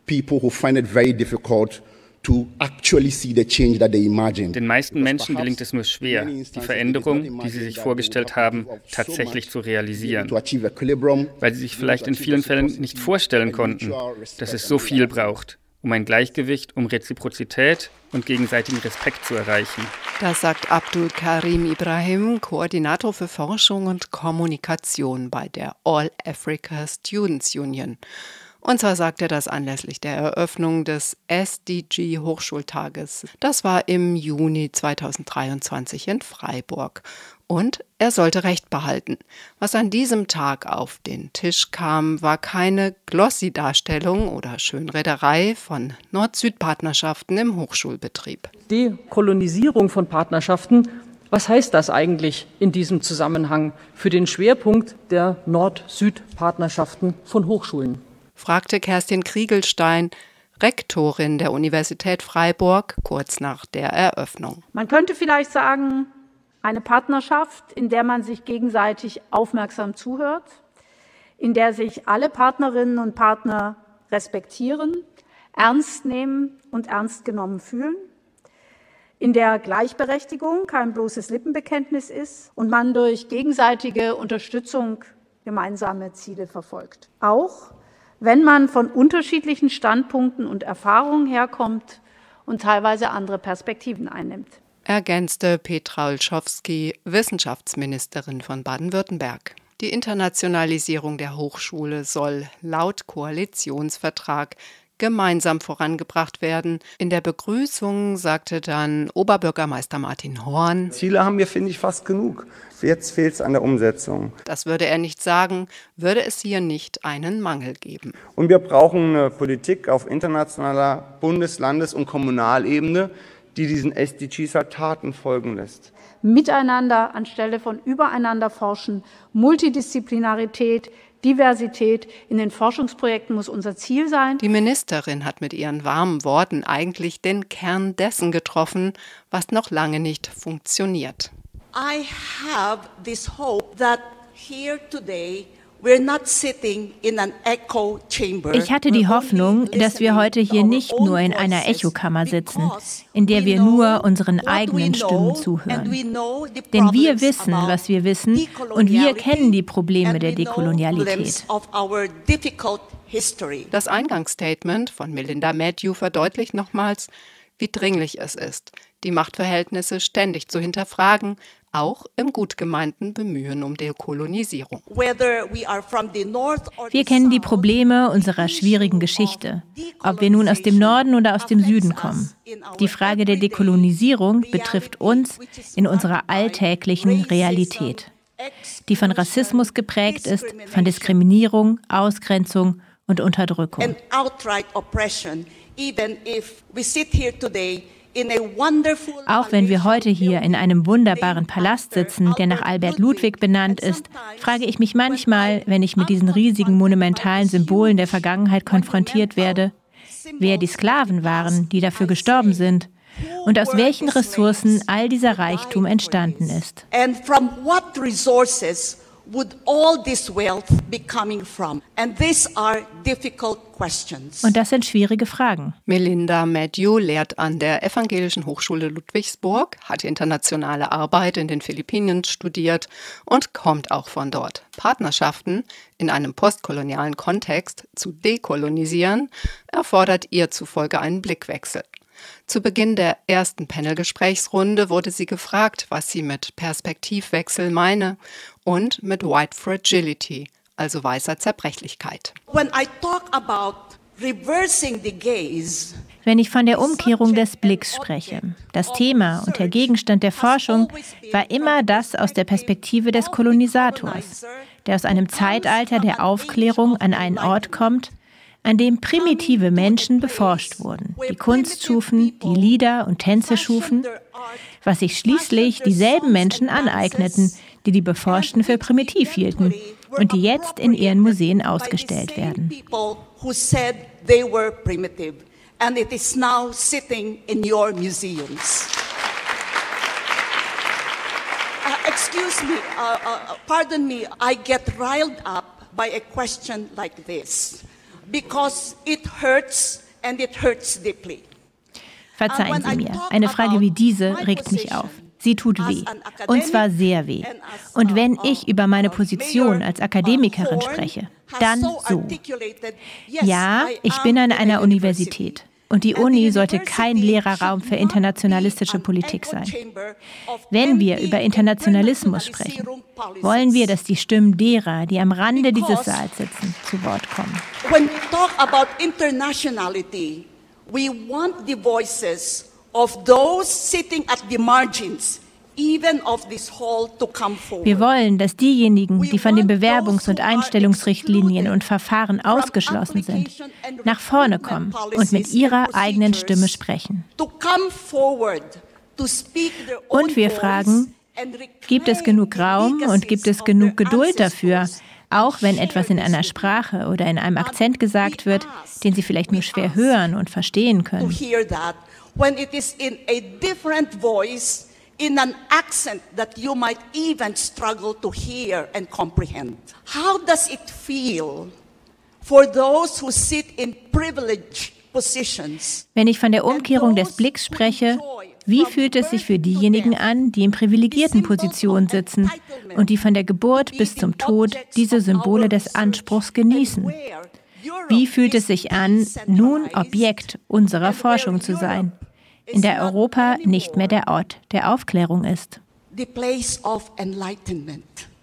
people who find it very difficult to actually see the change that they imagined. Den meisten Menschen gelingt es nur schwer, die Veränderung, die sie sich vorgestellt haben, tatsächlich zu realisieren, weil sie sich vielleicht in vielen Fällen nicht vorstellen konnten, dass es so viel braucht, um ein Gleichgewicht, um Reziprozität und gegenseitigen Respekt zu erreichen. Das sagt Abdul Karim Ibrahim, Koordinator für Forschung und Kommunikation bei der All Africa Students Union. Und zwar sagt er das anlässlich der Eröffnung des SDG-Hochschultages. Das war im Juni 2023 in Freiburg. Und er sollte Recht behalten. Was an diesem Tag auf den Tisch kam, war keine Glossy-Darstellung oder Schönrederei von Nord-Süd-Partnerschaften im Hochschulbetrieb. Dekolonisierung von Partnerschaften, was heißt das eigentlich in diesem Zusammenhang für den Schwerpunkt der Nord-Süd-Partnerschaften von Hochschulen? Fragte Kerstin Kriegelstein, Rektorin der Universität Freiburg, kurz nach der Eröffnung. Man könnte vielleicht sagen, eine Partnerschaft, in der man sich gegenseitig aufmerksam zuhört, in der sich alle Partnerinnen und Partner respektieren, ernst nehmen und ernst genommen fühlen, in der Gleichberechtigung kein bloßes Lippenbekenntnis ist und man durch gegenseitige Unterstützung gemeinsame Ziele verfolgt. Auch wenn man von unterschiedlichen Standpunkten und Erfahrungen herkommt und teilweise andere Perspektiven einnimmt. Ergänzte Petra Olschowski, Wissenschaftsministerin von Baden-Württemberg. Die Internationalisierung der Hochschule soll laut Koalitionsvertrag gemeinsam vorangebracht werden. In der Begrüßung sagte dann Oberbürgermeister Martin Horn: Ziele haben wir, finde ich, fast genug. Jetzt fehlt es an der Umsetzung. Das würde er nicht sagen, würde es hier nicht einen Mangel geben. Und wir brauchen eine Politik auf internationaler Bundes-, Landes- und Kommunalebene, die diesen SDGs halt Taten folgen lässt. Miteinander anstelle von übereinander forschen, Multidisziplinarität, Diversität in den Forschungsprojekten muss unser Ziel sein. Die Ministerin hat mit ihren warmen Worten eigentlich den Kern dessen getroffen, was noch lange nicht funktioniert. I have this hope that here today we're not sitting in an echo chamber. Ich hatte die Hoffnung, dass wir heute hier nicht nur in einer Echokammer sitzen, in der wir nur unseren eigenen Stimmen zuhören. Denn wir wissen, was wir wissen, und wir kennen die Probleme der Dekolonialität. Das Eingangsstatement von Melinda Matthew verdeutlicht nochmals, wie dringlich es ist, die Machtverhältnisse ständig zu hinterfragen, auch im gut gemeinten Bemühen um Dekolonisierung. Wir kennen die Probleme unserer schwierigen Geschichte, ob wir nun aus dem Norden oder aus dem Süden kommen. Die Frage der Dekolonisierung betrifft uns in unserer alltäglichen Realität, die von Rassismus geprägt ist, von Diskriminierung, Ausgrenzung und Unterdrückung. Auch wenn wir heute hier in einem wunderbaren Palast sitzen, der nach Albert Ludwig benannt ist, frage ich mich manchmal, wenn ich mit diesen riesigen monumentalen Symbolen der Vergangenheit konfrontiert werde, wer die Sklaven waren, die dafür gestorben sind und aus welchen Ressourcen all dieser Reichtum entstanden ist. Would all this wealth be coming from? And these are difficult questions. Und das sind schwierige Fragen. Melinda Matthew lehrt an der Evangelischen Hochschule Ludwigsburg, hat internationale Arbeit in den Philippinen studiert und kommt auch von dort. Partnerschaften in einem postkolonialen Kontext zu dekolonisieren, erfordert ihr zufolge einen Blickwechsel. Zu Beginn der ersten Panel-Gesprächsrunde wurde sie gefragt, was sie mit Perspektivwechsel meine und mit White Fragility, also weißer Zerbrechlichkeit. When I talk about reversing the gaze, wenn ich von der Umkehrung des Blicks spreche. Das Thema und der Gegenstand der Forschung war immer das aus der Perspektive des Kolonisators, der aus einem Zeitalter der Aufklärung an einen Ort kommt, an dem primitive Menschen beforscht wurden, die Kunst schufen, die Lieder und Tänze schufen, was sich schließlich dieselben Menschen aneigneten, die die Beforschten für primitiv hielten und die jetzt in ihren Museen ausgestellt werden. And it is now sitting in your museums. Excuse me, pardon me, I get riled up by a question like this. because it hurts and it hurts deeply. Verzeihen Sie mir, eine Frage wie diese regt mich auf. Sie tut weh, und zwar sehr weh. Und wenn ich über meine Position als Akademikerin spreche, dann so. Ja, ich bin an einer Universität. Und die Uni sollte kein leerer Raum für internationalistische Politik sein. Wenn wir über Internationalismus sprechen, wollen wir, dass die Stimmen derer, die am Rande dieses Saals sitzen, zu Wort kommen. When we talk about internationality, we want the voices of those sitting at the margins, even of this hall, to come forward. Wir wollen, dass diejenigen, die von den Bewerbungs- und Einstellungsrichtlinien und Verfahren ausgeschlossen sind, nach vorne kommen und mit ihrer eigenen Stimme sprechen. Und wir fragen, gibt es genug Raum und gibt es genug Geduld dafür, auch wenn etwas in einer Sprache oder in einem Akzent gesagt wird, den Sie vielleicht nur schwer hören und verstehen können? When it is in a different voice, in an accent that you might even struggle to hear and comprehend. How does it feel for those who sit in privileged positions? Wenn ich von der Umkehrung des Blicks spreche, wie fühlt es sich für diejenigen an, die in privilegierten Positionen sitzen und die von der Geburt bis zum Tod diese Symbole des Anspruchs genießen? Wie fühlt es sich an, nun Objekt unserer Forschung zu sein, in der Europa nicht mehr der Ort der Aufklärung ist? The place of enlightenment.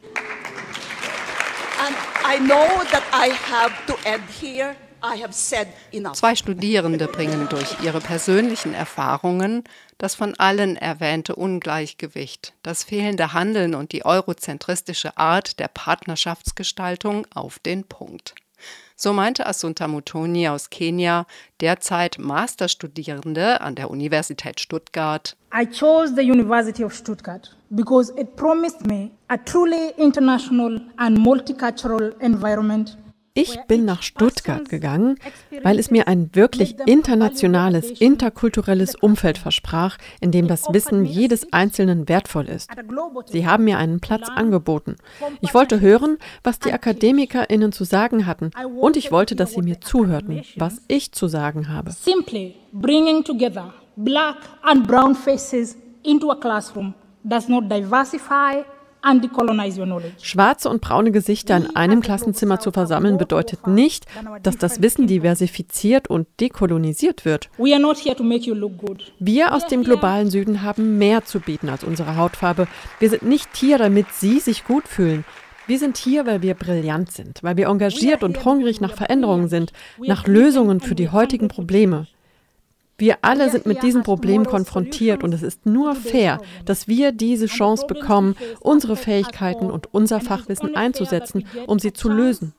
And I know that I have to end here. I have said enough. 2 Studierende bringen durch ihre persönlichen Erfahrungen das von allen erwähnte Ungleichgewicht, das fehlende Handeln und die eurozentristische Art der Partnerschaftsgestaltung auf den Punkt. So meinte Assunta Muthoni aus Kenia, derzeit Masterstudierende an der Universität Stuttgart. I chose the University of Stuttgart because it promised me a truly international and multicultural environment. Ich bin nach Stuttgart gegangen, weil es mir ein wirklich internationales, interkulturelles Umfeld versprach, in dem das Wissen jedes Einzelnen wertvoll ist. Sie haben mir einen Platz angeboten. Ich wollte hören, was die AkademikerInnen zu sagen hatten, und ich wollte, dass sie mir zuhörten, was ich zu sagen habe. Simply bringing together black and brown faces into a classroom does not diversify. Schwarze und braune Gesichter in einem Klassenzimmer zu versammeln, bedeutet nicht, dass das Wissen diversifiziert und dekolonisiert wird. Wir aus dem globalen Süden haben mehr zu bieten als unsere Hautfarbe. Wir sind nicht hier, damit Sie sich gut fühlen. Wir sind hier, weil wir brillant sind, weil wir engagiert und hungrig nach Veränderungen sind, nach Lösungen für die heutigen Probleme. Wir alle sind mit diesem Problem konfrontiert und es ist nur fair, dass wir diese Chance bekommen, unsere Fähigkeiten und unser Fachwissen einzusetzen, um sie zu lösen.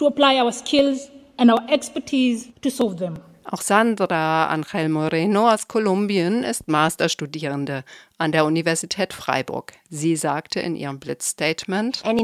Auch Sandra Angel Moreno aus Kolumbien ist Masterstudierende an der Universität Freiburg. Sie sagte in ihrem Blitzstatement: In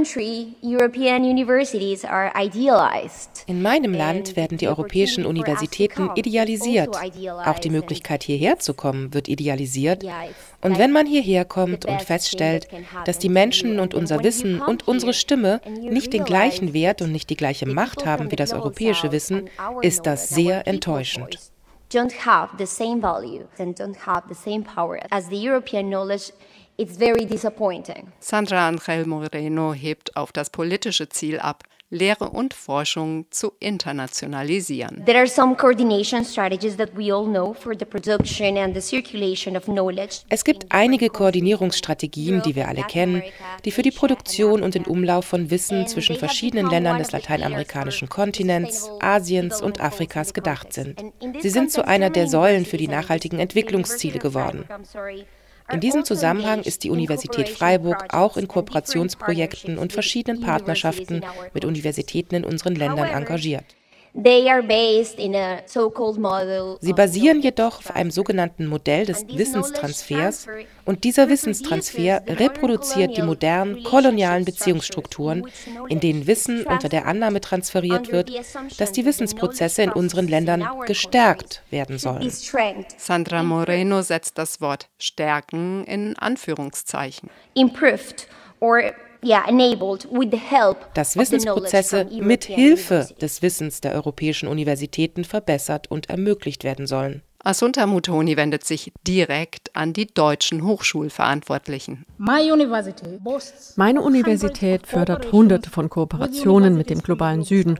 meinem Land werden die europäischen Universitäten idealisiert. Auch die Möglichkeit, hierher zu kommen, wird idealisiert. Und wenn man hierher kommt und feststellt, dass die Menschen und unser Wissen und unsere Stimme nicht den gleichen Wert und nicht die gleiche Macht haben wie das europäische Wissen, ist das sehr enttäuschend. Don't have the same value and don't have the same power as the European knowledge. It's very disappointing. Sandra Angel Moreno hebt auf das politische Ziel ab, Lehre und Forschung zu internationalisieren. There are some coordination strategies that we all know for the production and the circulation of knowledge. Es gibt einige Koordinierungsstrategien, die wir alle kennen, die für die Produktion und den Umlauf von Wissen zwischen verschiedenen Ländern des lateinamerikanischen Kontinents, Asiens und Afrikas gedacht sind. Sie sind zu einer der Säulen für die nachhaltigen Entwicklungsziele geworden. In diesem Zusammenhang ist die Universität Freiburg auch in Kooperationsprojekten und verschiedenen Partnerschaften mit Universitäten in unseren Ländern engagiert. Sie basieren jedoch auf einem sogenannten Modell des Wissenstransfers und dieser Wissenstransfer reproduziert die modernen kolonialen Beziehungsstrukturen, in denen Wissen unter der Annahme transferiert wird, dass die Wissensprozesse in unseren Ländern gestärkt werden sollen. Sandra Moreno setzt das Wort stärken in Anführungszeichen. Improved or dass Wissensprozesse mit Hilfe des Wissens der europäischen Universitäten verbessert und ermöglicht werden sollen. Assunta Muthoni wendet sich direkt an die deutschen Hochschulverantwortlichen. Meine Universität fördert Hunderte von Kooperationen mit dem globalen Süden.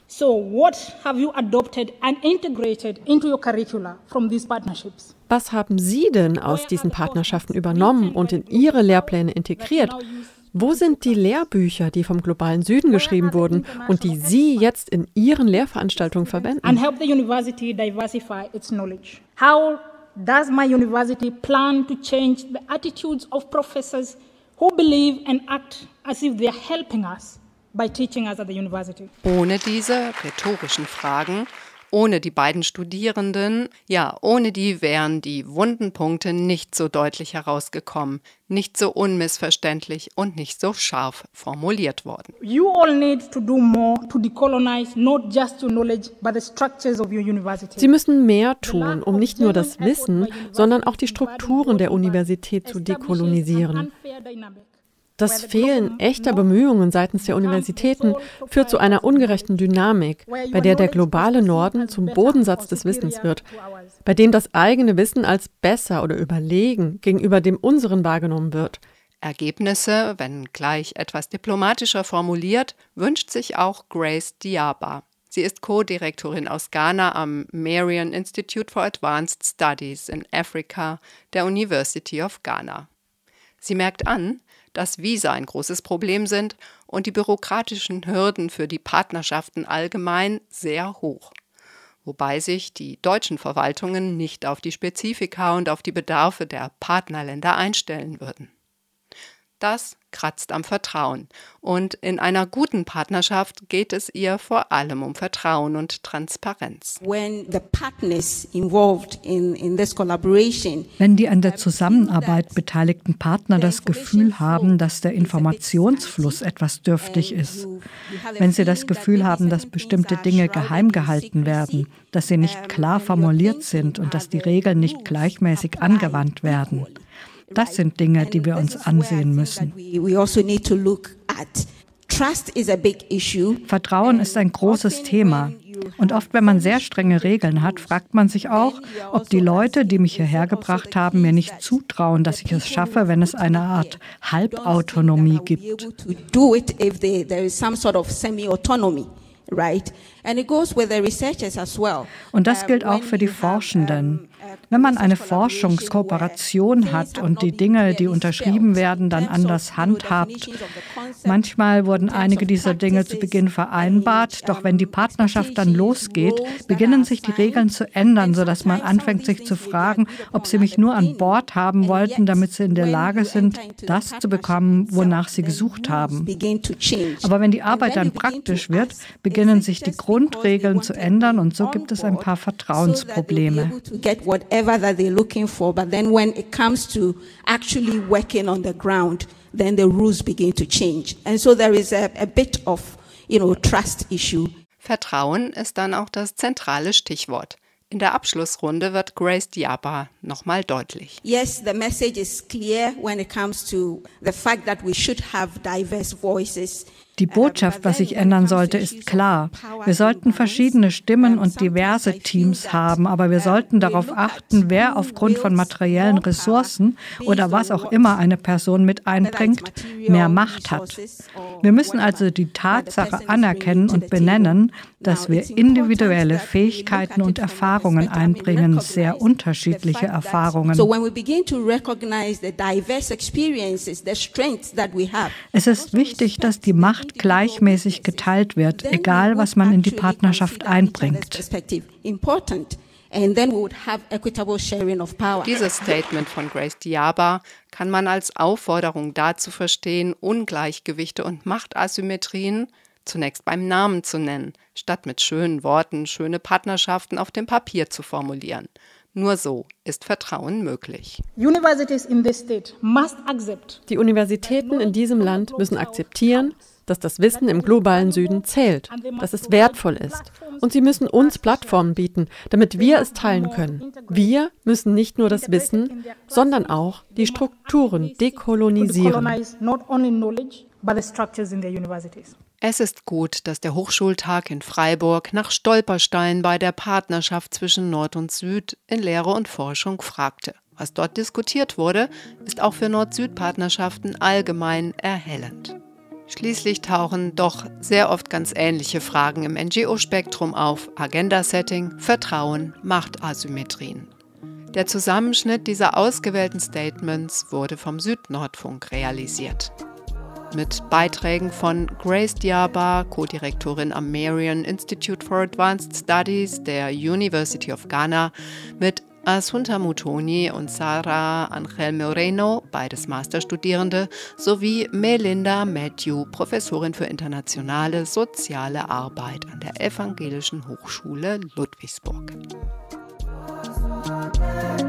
Was haben Sie denn aus diesen Partnerschaften übernommen und in Ihre Lehrpläne integriert? Wo sind die Lehrbücher, die vom globalen Süden geschrieben wurden und die Sie jetzt in Ihren Lehrveranstaltungen verwenden? And help the university diversify its knowledge. How does my university plan to change the attitudes of professors who believe and act as if they are helping us by teaching us at the university? Ohne diese rhetorischen Fragen, ohne die beiden Studierenden, ohne die wären die wunden Punkte nicht so deutlich herausgekommen, nicht so unmissverständlich und nicht so scharf formuliert worden. You all need to do more to decolonize not just your knowledge, but the structures of your university. Sie müssen mehr tun, um nicht nur das Wissen, sondern auch die Strukturen der Universität zu dekolonisieren. Das Fehlen echter Bemühungen seitens der Universitäten führt zu einer ungerechten Dynamik, bei der der globale Norden zum Bodensatz des Wissens wird, bei dem das eigene Wissen als besser oder überlegen gegenüber dem unseren wahrgenommen wird. Ergebnisse, wenn gleich etwas diplomatischer formuliert, wünscht sich auch Grace Diaba. Sie ist Co-Direktorin aus Ghana am Marian Institute for Advanced Studies in Africa der University of Ghana. Sie merkt an, dass Visa ein großes Problem sind und die bürokratischen Hürden für die Partnerschaften allgemein sehr hoch. Wobei sich die deutschen Verwaltungen nicht auf die Spezifika und auf die Bedarfe der Partnerländer einstellen würden. Das kratzt am Vertrauen. Und in einer guten Partnerschaft geht es ihr vor allem um Vertrauen und Transparenz. Wenn die an der Zusammenarbeit beteiligten Partner das Gefühl haben, dass der Informationsfluss etwas dürftig ist, wenn sie das Gefühl haben, dass bestimmte Dinge geheim gehalten werden, dass sie nicht klar formuliert sind und dass die Regeln nicht gleichmäßig angewandt werden, das sind Dinge, die wir uns ansehen müssen. Vertrauen ist ein großes Thema. Und oft, wenn man sehr strenge Regeln hat, fragt man sich auch, ob die Leute, die mich hierher gebracht haben, mir nicht zutrauen, dass ich es schaffe, wenn es eine Art Halbautonomie gibt. Und das gilt auch für die Forschenden. Wenn man eine Forschungskooperation hat und die Dinge, die unterschrieben werden, dann anders handhabt. Manchmal wurden einige dieser Dinge zu Beginn vereinbart, doch wenn die Partnerschaft dann losgeht, beginnen sich die Regeln zu ändern, sodass man anfängt, sich zu fragen, ob sie mich nur an Bord haben wollten, damit sie in der Lage sind, das zu bekommen, wonach sie gesucht haben. Aber wenn die Arbeit dann praktisch wird, beginnen sich die Grundregeln zu ändern und so gibt es ein paar Vertrauensprobleme. Whatever that they're looking for, but then when it comes to actually working on the ground, then the rules begin to change. And so there is a bit of, trust issue. Vertrauen ist dann auch das zentrale Stichwort. In der Abschlussrunde wird Grace Diaba nochmal deutlich. Yes, the message is clear when it comes to the fact that we should have diverse voices. Die Botschaft, was sich ändern sollte, ist klar. Wir sollten verschiedene Stimmen und diverse Teams haben, aber wir sollten darauf achten, wer aufgrund von materiellen Ressourcen oder was auch immer eine Person mit einbringt, mehr Macht hat. Wir müssen also die Tatsache anerkennen und benennen, dass wir individuelle Fähigkeiten und Erfahrungen einbringen, sehr unterschiedliche Erfahrungen. Es ist wichtig, dass die Macht gleichmäßig geteilt wird, egal was man in die Partnerschaft einbringt. Dieses Statement von Grace Diaba kann man als Aufforderung dazu verstehen, Ungleichgewichte und Machtasymmetrien zunächst beim Namen zu nennen, statt mit schönen Worten schöne Partnerschaften auf dem Papier zu formulieren. Nur so ist Vertrauen möglich. Die Universitäten in diesem Land müssen akzeptieren, dass das Wissen im globalen Süden zählt, dass es wertvoll ist. Und sie müssen uns Plattformen bieten, damit wir es teilen können. Wir müssen nicht nur das Wissen, sondern auch die Strukturen dekolonisieren. by the structures in their universities. Es ist gut, dass der Hochschultag in Freiburg nach Stolpersteinen bei der Partnerschaft zwischen Nord und Süd in Lehre und Forschung fragte. Was dort diskutiert wurde, ist auch für Nord-Süd-Partnerschaften allgemein erhellend. Schließlich tauchen doch sehr oft ganz ähnliche Fragen im NGO-Spektrum auf: Agenda-Setting, Vertrauen, Machtasymmetrien. Der Zusammenschnitt dieser ausgewählten Statements wurde vom Süd-Nordfunk realisiert. Mit Beiträgen von Grace Diaba, Co-Direktorin am Marian Institute for Advanced Studies der University of Ghana, mit Assunta Mutoni und Sara Angel Moreno, beides Masterstudierende, sowie Melinda Matthew, Professorin für internationale soziale Arbeit an der Evangelischen Hochschule Ludwigsburg.